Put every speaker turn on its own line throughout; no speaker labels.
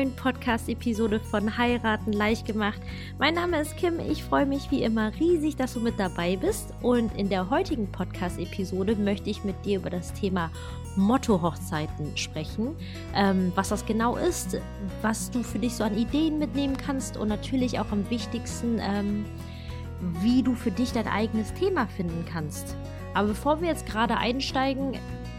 neuen Podcast-Episode von Heiraten leicht gemacht. Mein Name ist Kim, ich freue mich wie immer riesig, dass du mit dabei bist und in der heutigen Podcast-Episode möchte ich mit dir über das Thema Motto-Hochzeiten sprechen, was das genau ist, was du für dich so an Ideen mitnehmen kannst und natürlich auch am wichtigsten, wie du für dich dein eigenes Thema finden kannst. Aber bevor wir jetzt gerade einsteigen,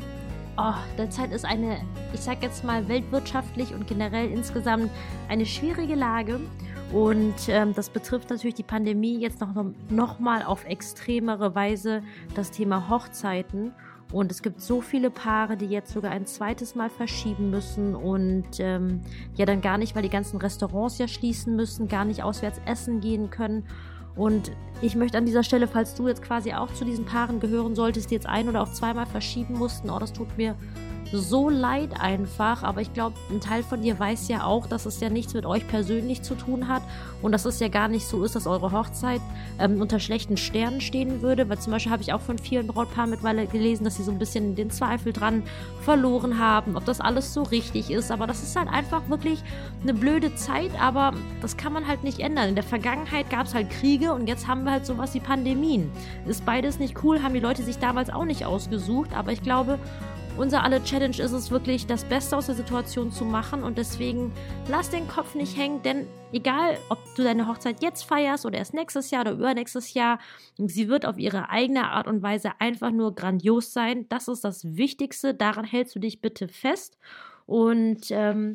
derzeit ist eine, ich sag jetzt mal, weltwirtschaftlich und generell insgesamt eine schwierige Lage. Und das betrifft natürlich die Pandemie jetzt noch mal auf extremere Weise das Thema Hochzeiten. Und es gibt so viele Paare, die jetzt sogar ein zweites Mal verschieben müssen und dann gar nicht, weil die ganzen Restaurants ja schließen müssen, gar nicht auswärts essen gehen können. Und ich möchte an dieser Stelle, falls du jetzt quasi auch zu diesen Paaren gehören solltest, die jetzt ein- oder auch zweimal verschieben mussten, das tut mir so leid einfach, aber ich glaube, ein Teil von dir weiß ja auch, dass es ja nichts mit euch persönlich zu tun hat und dass es ja gar nicht so ist, dass eure Hochzeit unter schlechten Sternen stehen würde, weil zum Beispiel habe ich auch von vielen Brautpaaren mittlerweile gelesen, dass sie so ein bisschen den Zweifel dran verloren haben, ob das alles so richtig ist, aber das ist halt einfach wirklich eine blöde Zeit, aber das kann man halt nicht ändern. In der Vergangenheit gab es halt Kriege und jetzt haben wir halt sowas wie Pandemien. Ist beides nicht cool, haben die Leute sich damals auch nicht ausgesucht, aber ich glaube, unser aller Challenge ist es wirklich, das Beste aus der Situation zu machen und deswegen lass den Kopf nicht hängen, denn egal, ob du deine Hochzeit jetzt feierst oder erst nächstes Jahr oder übernächstes Jahr, sie wird auf ihre eigene Art und Weise einfach nur grandios sein. Das ist das Wichtigste, daran hältst du dich bitte fest und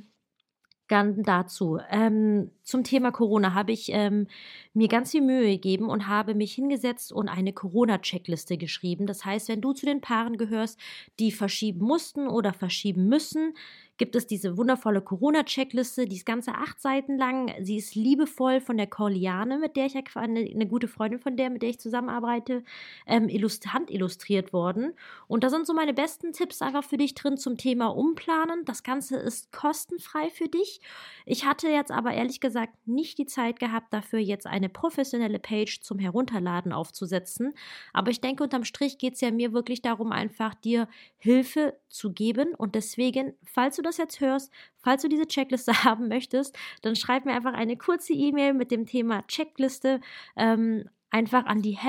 dann dazu. Zum Thema Corona habe ich mir ganz viel Mühe gegeben und habe mich hingesetzt und eine Corona-Checkliste geschrieben. Das heißt, wenn du zu den Paaren gehörst, die verschieben mussten oder verschieben müssen, gibt es diese wundervolle Corona-Checkliste, die ist ganze 8 Seiten lang. Sie ist liebevoll von der Corliane, mit der ich eine gute Freundin von der, mit der ich zusammenarbeite, handillustriert worden. Und da sind so meine besten Tipps einfach für dich drin zum Thema Umplanen. Das Ganze ist kostenfrei für dich. Ich hatte jetzt aber ehrlich gesagt nicht die Zeit gehabt, dafür jetzt eine professionelle Page zum Herunterladen aufzusetzen. Aber ich denke, unterm Strich geht es ja mir wirklich darum, einfach dir Hilfe zu geben. Und deswegen, falls du das jetzt hörst, falls du diese Checkliste haben möchtest, dann schreib mir einfach eine kurze E-Mail mit dem Thema Checkliste einfach an die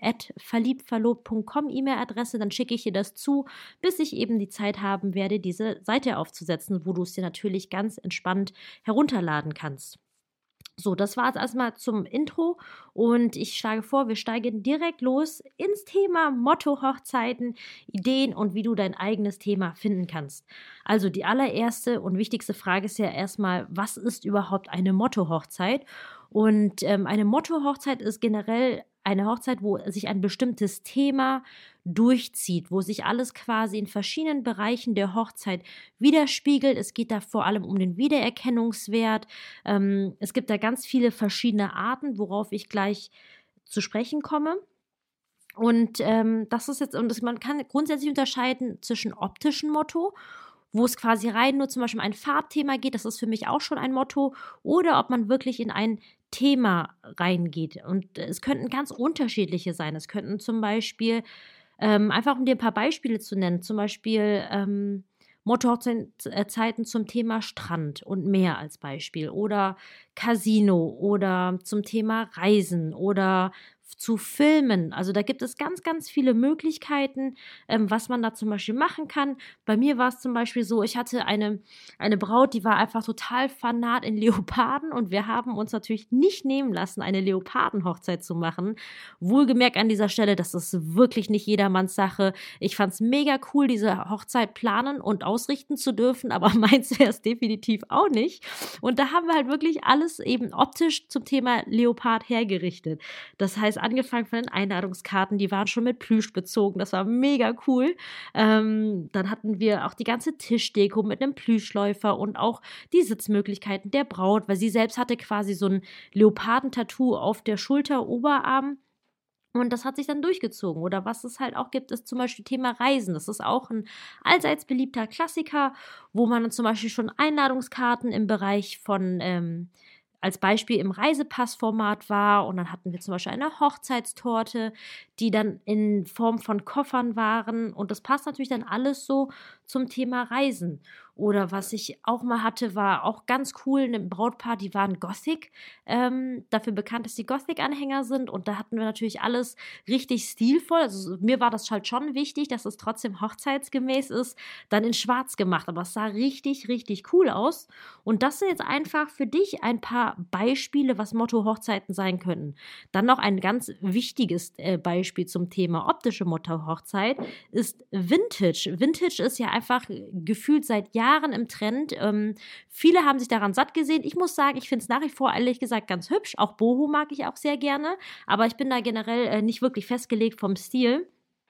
hello@verliebtverlobt.com E-Mail-Adresse, dann schicke ich dir das zu, bis ich eben die Zeit haben werde, diese Seite aufzusetzen, wo du es dir natürlich ganz entspannt herunterladen kannst. So, das war es erstmal zum Intro und ich schlage vor, wir steigen direkt los ins Thema Motto-Hochzeiten, Ideen und wie du dein eigenes Thema finden kannst. Also die allererste und wichtigste Frage ist ja erstmal, was ist überhaupt eine Motto-Hochzeit? Und eine Motto-Hochzeit ist generell eine Hochzeit, wo sich ein bestimmtes Thema durchzieht, wo sich alles quasi in verschiedenen Bereichen der Hochzeit widerspiegelt. Es geht da vor allem um den Wiedererkennungswert. Es gibt da ganz viele verschiedene Arten, worauf ich gleich zu sprechen komme. Und das ist jetzt, man kann grundsätzlich unterscheiden zwischen optischen Motto, wo es quasi rein nur zum Beispiel um ein Farbthema geht, das ist für mich auch schon ein Motto, oder ob man wirklich in ein Thema reingeht. Und es könnten ganz unterschiedliche sein. Es könnten zum Beispiel, einfach um dir ein paar Beispiele zu nennen, zum Beispiel Motto-Hochzeiten zum Thema Strand und Meer als Beispiel oder Casino oder zum Thema Reisen oder zu Filmen. Also da gibt es ganz, ganz viele Möglichkeiten, was man da zum Beispiel machen kann. Bei mir war es zum Beispiel so, ich hatte eine Braut, die war einfach total fanat in Leoparden und wir haben uns natürlich nicht nehmen lassen, eine Leopardenhochzeit zu machen. Wohlgemerkt an dieser Stelle, das ist wirklich nicht jedermanns Sache. Ich fand es mega cool, diese Hochzeit planen und ausrichten zu dürfen, aber meins wäre es definitiv auch nicht. Und da haben wir halt wirklich alles eben optisch zum Thema Leopard hergerichtet. Das heißt, angefangen von den Einladungskarten, die waren schon mit Plüsch bezogen, das war mega cool. Dann hatten wir auch die ganze Tischdeko mit einem Plüschläufer und auch die Sitzmöglichkeiten der Braut, weil sie selbst hatte quasi so ein Leopardentattoo auf der Schulter, Oberarm. Und das hat sich dann durchgezogen. Oder was es halt auch gibt, ist zum Beispiel Thema Reisen. Das ist auch ein allseits beliebter Klassiker, wo man zum Beispiel schon Einladungskarten im Bereich von als Beispiel im Reisepassformat war und dann hatten wir zum Beispiel eine Hochzeitstorte, die dann in Form von Koffern waren und das passt natürlich dann alles so zum Thema Reisen. Oder was ich auch mal hatte, war auch ganz cool, eine Brautpaar, die waren Gothic, dafür bekannt, dass die Gothic-Anhänger sind. Und da hatten wir natürlich alles richtig stilvoll. Also mir war das halt schon wichtig, dass es trotzdem hochzeitsgemäß ist, dann in schwarz gemacht. Aber es sah richtig, richtig cool aus. Und das sind jetzt einfach für dich ein paar Beispiele, was Motto-Hochzeiten sein könnten. Dann noch ein ganz wichtiges Beispiel zum Thema optische Motto-Hochzeit ist Vintage. Vintage ist ja einfach gefühlt seit Jahren im Trend. Viele haben sich daran satt gesehen. Ich muss sagen, ich finde es nach wie vor ehrlich gesagt ganz hübsch. Auch Boho mag ich auch sehr gerne, aber ich bin da generell nicht wirklich festgelegt vom Stil.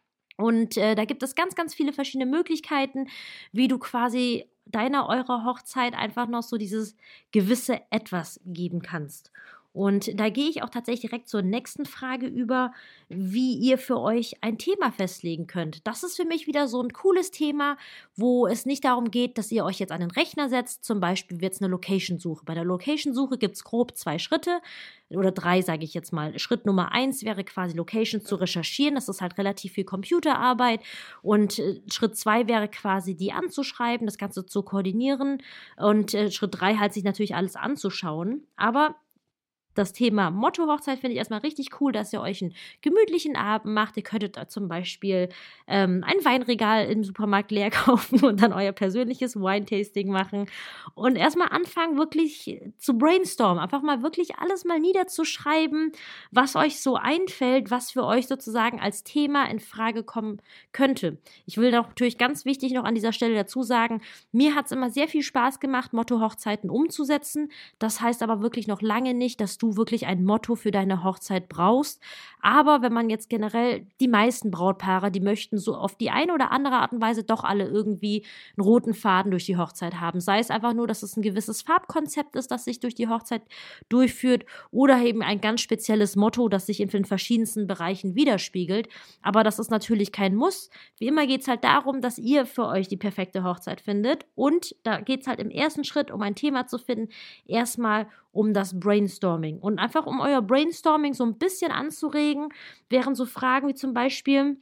Und da gibt es ganz, ganz viele verschiedene Möglichkeiten, wie du quasi eurer Hochzeit einfach noch so dieses gewisse Etwas geben kannst. Und da gehe ich auch tatsächlich direkt zur nächsten Frage über, wie ihr für euch ein Thema festlegen könnt. Das ist für mich wieder so ein cooles Thema, wo es nicht darum geht, dass ihr euch jetzt an den Rechner setzt, zum Beispiel wird es eine Location-Suche. Bei der Location-Suche gibt es grob 2 Schritte oder 3, sage ich jetzt mal. Schritt Nummer 1 wäre quasi Locations zu recherchieren, das ist halt relativ viel Computerarbeit, und Schritt 2 wäre quasi die anzuschreiben, das Ganze zu koordinieren, und Schritt 3 halt sich natürlich alles anzuschauen, aber das Thema Motto-Hochzeit finde ich erstmal richtig cool, dass ihr euch einen gemütlichen Abend macht. Ihr könntet da zum Beispiel ein Weinregal im Supermarkt leer kaufen und dann euer persönliches Wine-Tasting machen und erstmal anfangen, wirklich zu brainstormen. Einfach mal wirklich alles mal niederzuschreiben, was euch so einfällt, was für euch sozusagen als Thema in Frage kommen könnte. Ich will doch natürlich ganz wichtig noch an dieser Stelle dazu sagen, mir hat es immer sehr viel Spaß gemacht, Motto-Hochzeiten umzusetzen. Das heißt aber wirklich noch lange nicht, dass du wirklich ein Motto für deine Hochzeit brauchst. Aber wenn man jetzt generell, die meisten Brautpaare, die möchten so auf die eine oder andere Art und Weise doch alle irgendwie einen roten Faden durch die Hochzeit haben. Sei es einfach nur, dass es ein gewisses Farbkonzept ist, das sich durch die Hochzeit durchführt, oder eben ein ganz spezielles Motto, das sich in den verschiedensten Bereichen widerspiegelt. Aber das ist natürlich kein Muss. Wie immer geht es halt darum, dass ihr für euch die perfekte Hochzeit findet. Und da geht es halt im ersten Schritt, um ein Thema zu finden, erstmal um das Brainstorming. Und einfach um euer Brainstorming so ein bisschen anzuregen, wären so Fragen wie zum Beispiel: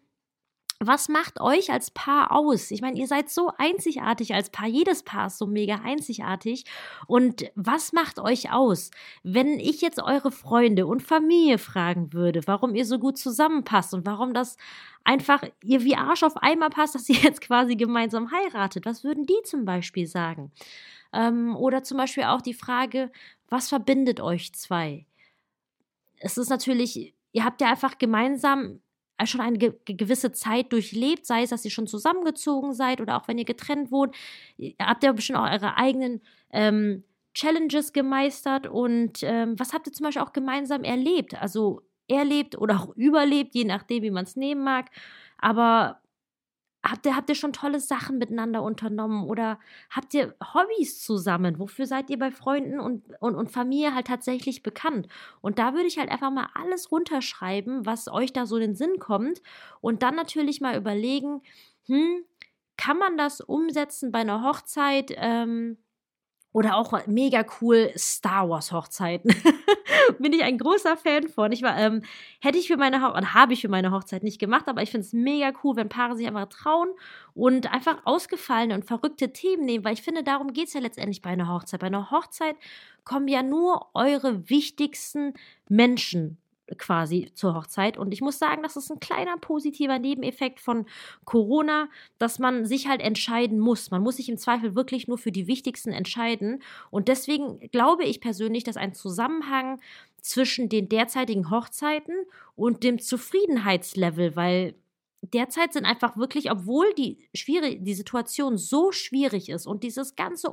Was macht euch als Paar aus? Ich meine, ihr seid so einzigartig als Paar. Jedes Paar ist so mega einzigartig. Und was macht euch aus? Wenn ich jetzt eure Freunde und Familie fragen würde, warum ihr so gut zusammenpasst und warum das einfach ihr wie Arsch auf Eimer passt, dass ihr jetzt quasi gemeinsam heiratet, was würden die zum Beispiel sagen? Oder zum Beispiel auch die Frage: Was verbindet euch zwei? Es ist natürlich, ihr habt ja einfach gemeinsam schon eine gewisse Zeit durchlebt, sei es, dass ihr schon zusammengezogen seid oder auch wenn ihr getrennt wohnt. Ihr habt ja bestimmt auch eure eigenen Challenges gemeistert, und was habt ihr zum Beispiel auch gemeinsam erlebt? Also erlebt oder auch überlebt, je nachdem, wie man es nehmen mag. Aber habt ihr schon tolle Sachen miteinander unternommen oder habt ihr Hobbys zusammen? Wofür seid ihr bei Freunden und Familie halt tatsächlich bekannt? Und da würde ich halt einfach mal alles runterschreiben, was euch da so in den Sinn kommt, und dann natürlich mal überlegen, kann man das umsetzen bei einer Hochzeit? Oder auch mega cool, Star Wars Hochzeiten. Bin ich ein großer Fan von. Habe ich für meine Hochzeit nicht gemacht, aber ich finde es mega cool, wenn Paare sich einfach trauen und einfach ausgefallene und verrückte Themen nehmen, weil ich finde, darum geht es ja letztendlich bei einer Hochzeit. Bei einer Hochzeit kommen ja nur eure wichtigsten Menschen quasi zur Hochzeit. Und ich muss sagen, das ist ein kleiner positiver Nebeneffekt von Corona, dass man sich halt entscheiden muss. Man muss sich im Zweifel wirklich nur für die wichtigsten entscheiden. Und deswegen glaube ich persönlich, dass ein Zusammenhang zwischen den derzeitigen Hochzeiten und dem Zufriedenheitslevel, weil derzeit sind einfach wirklich, obwohl die Situation so schwierig ist und dieses ganze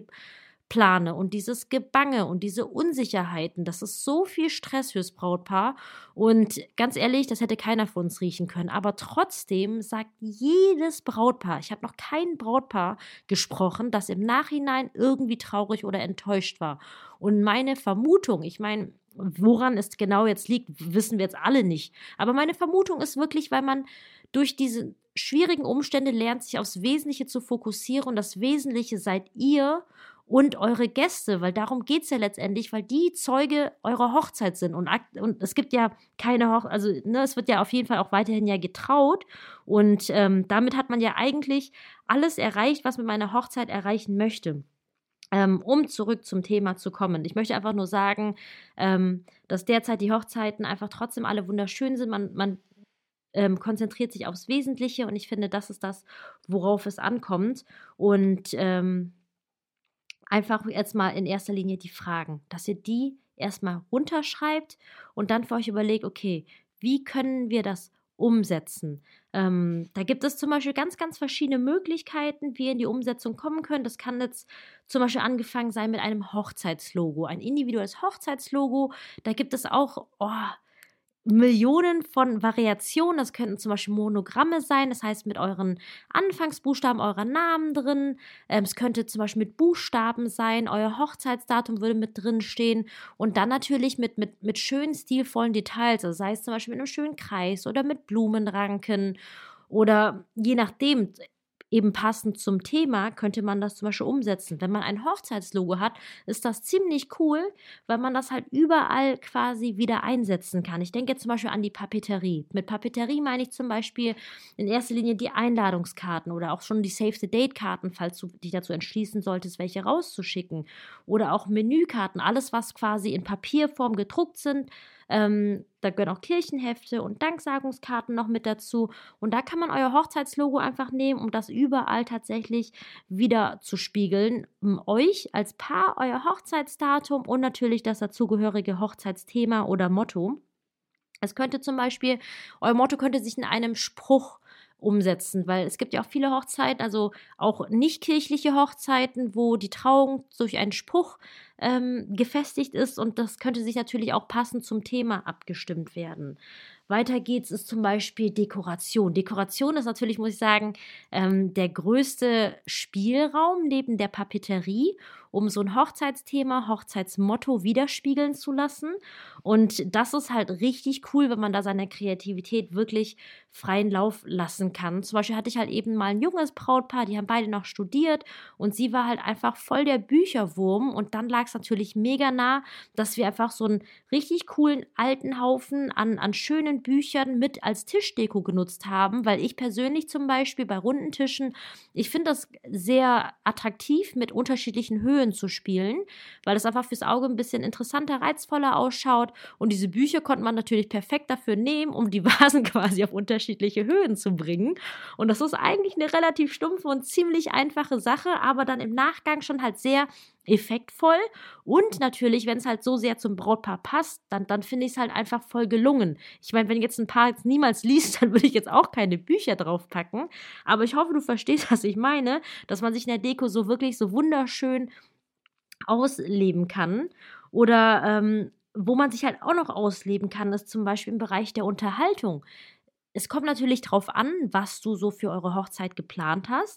Plane und dieses Gebange und diese Unsicherheiten, das ist so viel Stress fürs Brautpaar, und ganz ehrlich, das hätte keiner von uns riechen können, aber trotzdem sagt jedes Brautpaar, ich habe noch kein Brautpaar gesprochen, das im Nachhinein irgendwie traurig oder enttäuscht war. Und meine Vermutung, ich meine, woran es genau jetzt liegt, wissen wir jetzt alle nicht, aber meine Vermutung ist wirklich, weil man durch diese schwierigen Umstände lernt, sich aufs Wesentliche zu fokussieren, und das Wesentliche seid ihr. und eure Gäste, weil darum geht es ja letztendlich, weil die Zeuge eurer Hochzeit sind. Und es gibt ja keine Hochzeit, also ne, es wird ja auf jeden Fall auch weiterhin ja getraut. Und damit hat man ja eigentlich alles erreicht, was man mit meiner Hochzeit erreichen möchte. Um zurück zum Thema zu kommen. Ich möchte einfach nur sagen, dass derzeit die Hochzeiten einfach trotzdem alle wunderschön sind. Man konzentriert sich aufs Wesentliche und ich finde, das ist das, worauf es ankommt. Und einfach jetzt mal in erster Linie die Fragen, dass ihr die erstmal runterschreibt und dann für euch überlegt, okay, wie können wir das umsetzen? Da gibt es zum Beispiel ganz, ganz verschiedene Möglichkeiten, wie ihr in die Umsetzung kommen könnt. Das kann jetzt zum Beispiel angefangen sein mit einem Hochzeitslogo, ein individuelles Hochzeitslogo. Da gibt es auch Millionen von Variationen. Das könnten zum Beispiel Monogramme sein, das heißt mit euren Anfangsbuchstaben eurer Namen drin. Es könnte zum Beispiel mit Buchstaben sein, euer Hochzeitsdatum würde mit drin stehen und dann natürlich mit schönen, stilvollen Details, also sei es zum Beispiel mit einem schönen Kreis oder mit Blumenranken oder je nachdem, eben passend zum Thema, könnte man das zum Beispiel umsetzen. Wenn man ein Hochzeitslogo hat, ist das ziemlich cool, weil man das halt überall quasi wieder einsetzen kann. Ich denke jetzt zum Beispiel an die Papeterie. Mit Papeterie meine ich zum Beispiel in erster Linie die Einladungskarten oder auch schon die Save-the-Date-Karten, falls du dich dazu entschließen solltest, welche rauszuschicken. Oder auch Menükarten, alles, was quasi in Papierform gedruckt sind. Da gehören auch Kirchenhefte und Danksagungskarten noch mit dazu. Und da kann man euer Hochzeitslogo einfach nehmen, um das überall tatsächlich wieder zu spiegeln. Euch als Paar, euer Hochzeitsdatum und natürlich das dazugehörige Hochzeitsthema oder Motto. Es könnte zum Beispiel, euer Motto könnte sich in einem Spruch umsetzen, weil es gibt ja auch viele Hochzeiten, also auch nicht kirchliche Hochzeiten, wo die Trauung durch einen Spruch gefestigt ist und das könnte sich natürlich auch passend zum Thema abgestimmt werden. Weiter geht's ist zum Beispiel Dekoration. Dekoration ist natürlich, muss ich sagen, der größte Spielraum neben der Papeterie, um so ein Hochzeitsthema, Hochzeitsmotto widerspiegeln zu lassen. Und das ist halt richtig cool, wenn man da seine Kreativität wirklich freien Lauf lassen kann. Zum Beispiel hatte ich halt eben mal ein junges Brautpaar, die haben beide noch studiert und sie war halt einfach voll der Bücherwurm und dann lag es natürlich mega nah, dass wir einfach so einen richtig coolen alten Haufen an schönen Büchern mit als Tischdeko genutzt haben, weil ich persönlich zum Beispiel bei runden Tischen, ich finde das sehr attraktiv, mit unterschiedlichen Höhen zu spielen, weil das einfach fürs Auge ein bisschen interessanter, reizvoller ausschaut und diese Bücher konnte man natürlich perfekt dafür nehmen, um die Vasen quasi auf unterschiedliche Höhen zu bringen und das ist eigentlich eine relativ stumpfe und ziemlich einfache Sache, aber dann im Nachgang schon halt sehr effektvoll und natürlich, wenn es halt so sehr zum Brautpaar passt, dann finde ich es halt einfach voll gelungen. Ich meine, wenn jetzt ein Paar jetzt niemals liest, dann würde ich jetzt auch keine Bücher draufpacken, aber ich hoffe, du verstehst, was ich meine, dass man sich in der Deko so wirklich so wunderschön ausleben kann oder wo man sich halt auch noch ausleben kann, ist zum Beispiel im Bereich der Unterhaltung. Es kommt natürlich drauf an, was du so für eure Hochzeit geplant hast.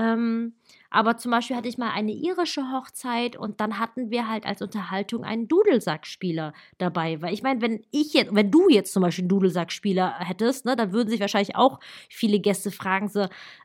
Aber zum Beispiel hatte ich mal eine irische Hochzeit und dann hatten wir halt als Unterhaltung einen Dudelsackspieler dabei. Weil ich meine, wenn du jetzt zum Beispiel einen Dudelsackspieler hättest, ne, dann würden sich wahrscheinlich auch viele Gäste fragen, so,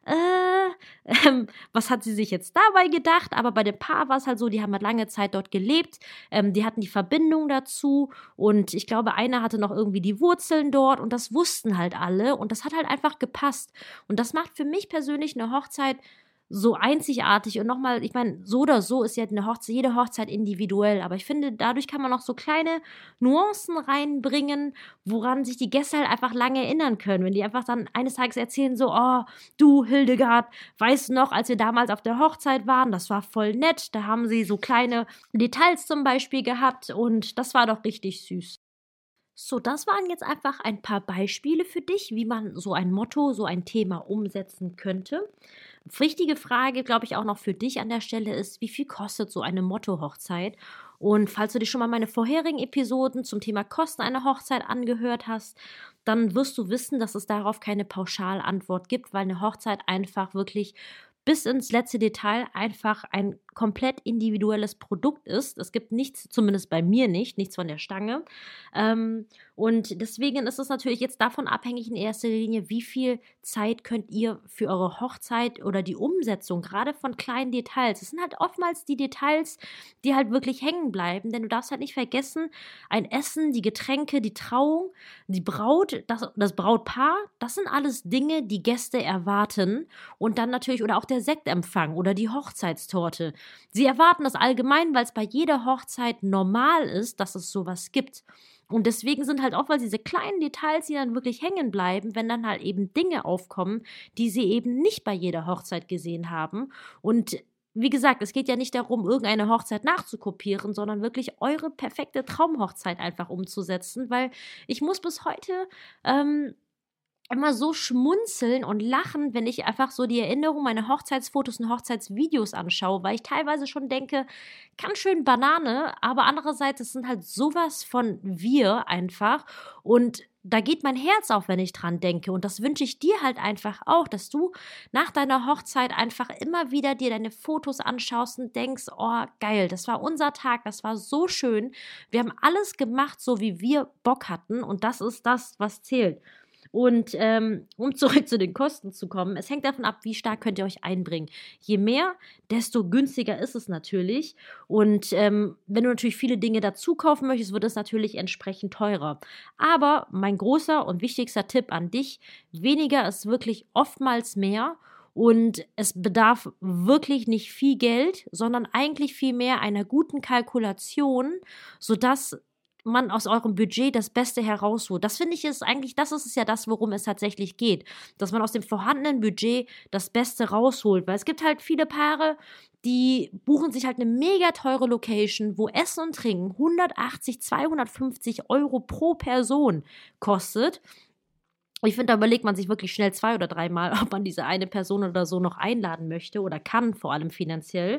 was hat sie sich jetzt dabei gedacht? Aber bei dem Paar war es halt so, die haben halt lange Zeit dort gelebt, die hatten die Verbindung dazu und ich glaube, einer hatte noch irgendwie die Wurzeln dort und das wussten halt alle und das hat halt einfach gepasst. Und das macht für mich persönlich eine Hochzeit so einzigartig und nochmal, ich meine, so oder so ist ja jede Hochzeit individuell, aber ich finde, dadurch kann man noch so kleine Nuancen reinbringen, woran sich die Gäste halt einfach lange erinnern können, wenn die einfach dann eines Tages erzählen so, oh, du Hildegard, weißt du noch, als wir damals auf der Hochzeit waren, das war voll nett, da haben sie so kleine Details zum Beispiel gehabt und das war doch richtig süß. So, das waren jetzt einfach ein paar Beispiele für dich, wie man so ein Motto, so ein Thema umsetzen könnte. Wichtige Frage, glaube ich, auch noch für dich an der Stelle ist, wie viel kostet so eine Motto-Hochzeit? Und falls du dir schon mal meine vorherigen Episoden zum Thema Kosten einer Hochzeit angehört hast, dann wirst du wissen, dass es darauf keine Pauschalantwort gibt, weil eine Hochzeit einfach wirklich bis ins letzte Detail einfach ein komplett individuelles Produkt ist. Es gibt nichts, zumindest bei mir nichts von der Stange. Und deswegen ist es natürlich jetzt davon abhängig in erster Linie, wie viel Zeit könnt ihr für eure Hochzeit oder die Umsetzung, gerade von kleinen Details. Es sind halt oftmals die Details, die halt wirklich hängen bleiben, denn du darfst halt nicht vergessen, ein Essen, die Getränke, die Trauung, die Braut, das Brautpaar, das sind alles Dinge, die Gäste erwarten und dann natürlich, oder auch der Sektempfang oder die Hochzeitstorte. Sie erwarten das allgemein, weil es bei jeder Hochzeit normal ist, dass es sowas gibt. Und deswegen sind halt oftmals diese kleinen Details, die dann wirklich hängen bleiben, wenn dann halt eben Dinge aufkommen, die sie eben nicht bei jeder Hochzeit gesehen haben. Und wie gesagt, es geht ja nicht darum, irgendeine Hochzeit nachzukopieren, sondern wirklich eure perfekte Traumhochzeit einfach umzusetzen, weil ich muss bis heute immer so schmunzeln und lachen, wenn ich einfach so die Erinnerung meiner Hochzeitsfotos und Hochzeitsvideos anschaue, weil ich teilweise schon denke, ganz schön Banane, aber andererseits, es sind halt sowas von wir einfach und da geht mein Herz auf, wenn ich dran denke und das wünsche ich dir halt einfach auch, dass du nach deiner Hochzeit einfach immer wieder dir deine Fotos anschaust und denkst, oh geil, das war unser Tag, das war so schön, wir haben alles gemacht, so wie wir Bock hatten und das ist das, was zählt. Und um zurück zu den Kosten zu kommen, es hängt davon ab, wie stark könnt ihr euch einbringen. Je mehr, desto günstiger ist es natürlich. Und wenn du natürlich viele Dinge dazu kaufen möchtest, wird es natürlich entsprechend teurer. Aber mein großer und wichtigster Tipp an dich, weniger ist wirklich oftmals mehr. Und es bedarf wirklich nicht viel Geld, sondern eigentlich vielmehr einer guten Kalkulation, sodass man aus eurem Budget das Beste herausholt. Das finde ich ist eigentlich, das ist es ja das, worum es tatsächlich geht. Dass man aus dem vorhandenen Budget das Beste rausholt. Weil es gibt halt viele Paare, die buchen sich halt eine mega teure Location, wo Essen und Trinken 180, 250 Euro pro Person kostet. Ich finde, da überlegt man sich wirklich schnell 2 oder 3 Mal, ob man diese eine Person oder so noch einladen möchte oder kann, vor allem finanziell.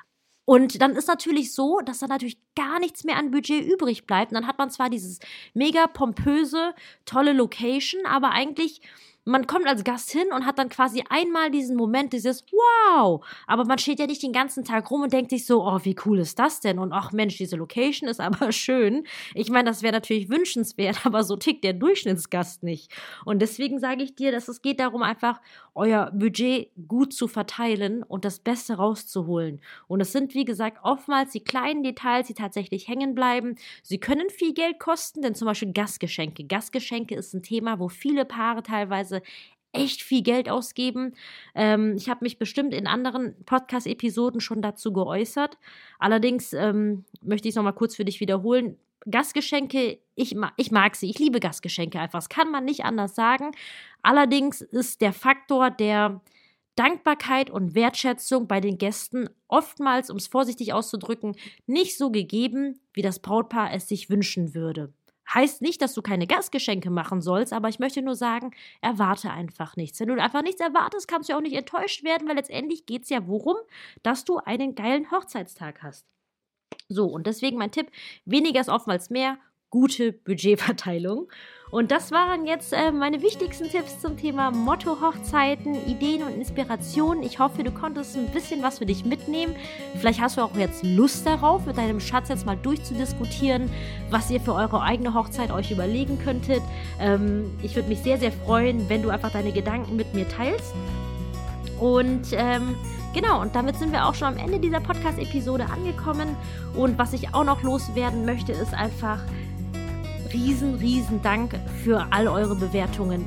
Und dann ist natürlich so, dass da natürlich gar nichts mehr an Budget übrig bleibt. Und dann hat man zwar dieses mega pompöse, tolle Location, aber eigentlich, man kommt als Gast hin und hat dann quasi einmal diesen Moment, dieses Wow! Aber man steht ja nicht den ganzen Tag rum und denkt sich so, oh, wie cool ist das denn? Und ach Mensch, diese Location ist aber schön. Ich meine, das wäre natürlich wünschenswert, aber so tickt der Durchschnittsgast nicht. Und deswegen sage ich dir, dass es geht darum, einfach euer Budget gut zu verteilen und das Beste rauszuholen. Und es sind, wie gesagt, oftmals die kleinen Details, die tatsächlich hängen bleiben. Sie können viel Geld kosten, denn zum Beispiel Gastgeschenke. Gastgeschenke ist ein Thema, wo viele Paare teilweise echt viel Geld ausgeben. Ich habe mich bestimmt in anderen Podcast-Episoden schon dazu geäußert. Allerdings möchte ich es nochmal kurz für dich wiederholen. Gastgeschenke, ich mag sie. Ich liebe Gastgeschenke einfach. Das kann man nicht anders sagen. Allerdings ist der Faktor der Dankbarkeit und Wertschätzung bei den Gästen oftmals, um es vorsichtig auszudrücken, nicht so gegeben, wie das Brautpaar es sich wünschen würde. Heißt nicht, dass du keine Gastgeschenke machen sollst, aber ich möchte nur sagen, erwarte einfach nichts. Wenn du einfach nichts erwartest, kannst du auch nicht enttäuscht werden, weil letztendlich geht es ja worum, dass du einen geilen Hochzeitstag hast. So, und deswegen mein Tipp, weniger ist oftmals mehr, gute Budgetverteilung. Und das waren jetzt meine wichtigsten Tipps zum Thema Motto Hochzeiten, Ideen und Inspirationen. Ich hoffe, du konntest ein bisschen was für dich mitnehmen. Vielleicht hast du auch jetzt Lust darauf, mit deinem Schatz jetzt mal durchzudiskutieren, was ihr für eure eigene Hochzeit euch überlegen könntet. Ich würde mich sehr, sehr freuen, wenn du einfach deine Gedanken mit mir teilst. Und genau, und damit sind wir auch schon am Ende dieser Podcast-Episode angekommen. Und was ich auch noch loswerden möchte, ist einfach riesen Dank für all eure Bewertungen.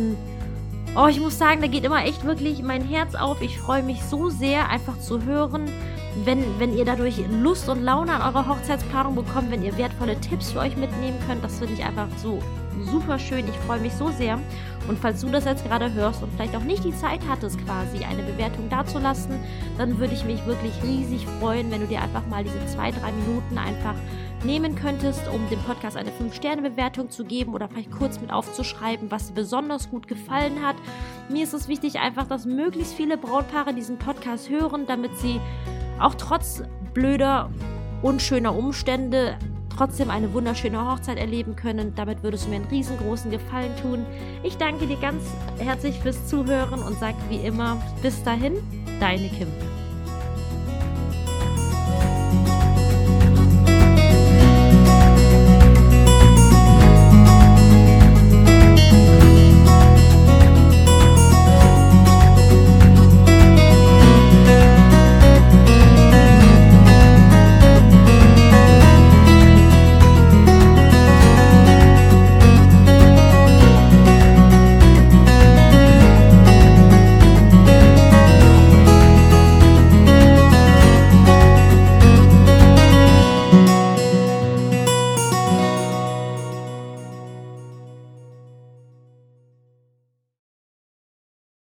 Ich muss sagen, da geht immer echt wirklich mein Herz auf. Ich freue mich so sehr, einfach zu hören, wenn ihr dadurch Lust und Laune an eurer Hochzeitsplanung bekommt, wenn ihr wertvolle Tipps für euch mitnehmen könnt. Das finde ich einfach so super schön. Ich freue mich so sehr. Und falls du das jetzt gerade hörst und vielleicht auch nicht die Zeit hattest, quasi eine Bewertung dazulassen, dann würde ich mich wirklich riesig freuen, wenn du dir einfach mal diese 2-3 Minuten einfach nehmen könntest, um dem Podcast eine 5-Sterne-Bewertung zu geben oder vielleicht kurz mit aufzuschreiben, was dir besonders gut gefallen hat. Mir ist es wichtig einfach, dass möglichst viele Brautpaare diesen Podcast hören, damit sie auch trotz blöder, unschöner Umstände trotzdem eine wunderschöne Hochzeit erleben können. Damit würdest du mir einen riesengroßen Gefallen tun. Ich danke dir ganz herzlich fürs Zuhören und sage wie immer, bis dahin, deine Kim.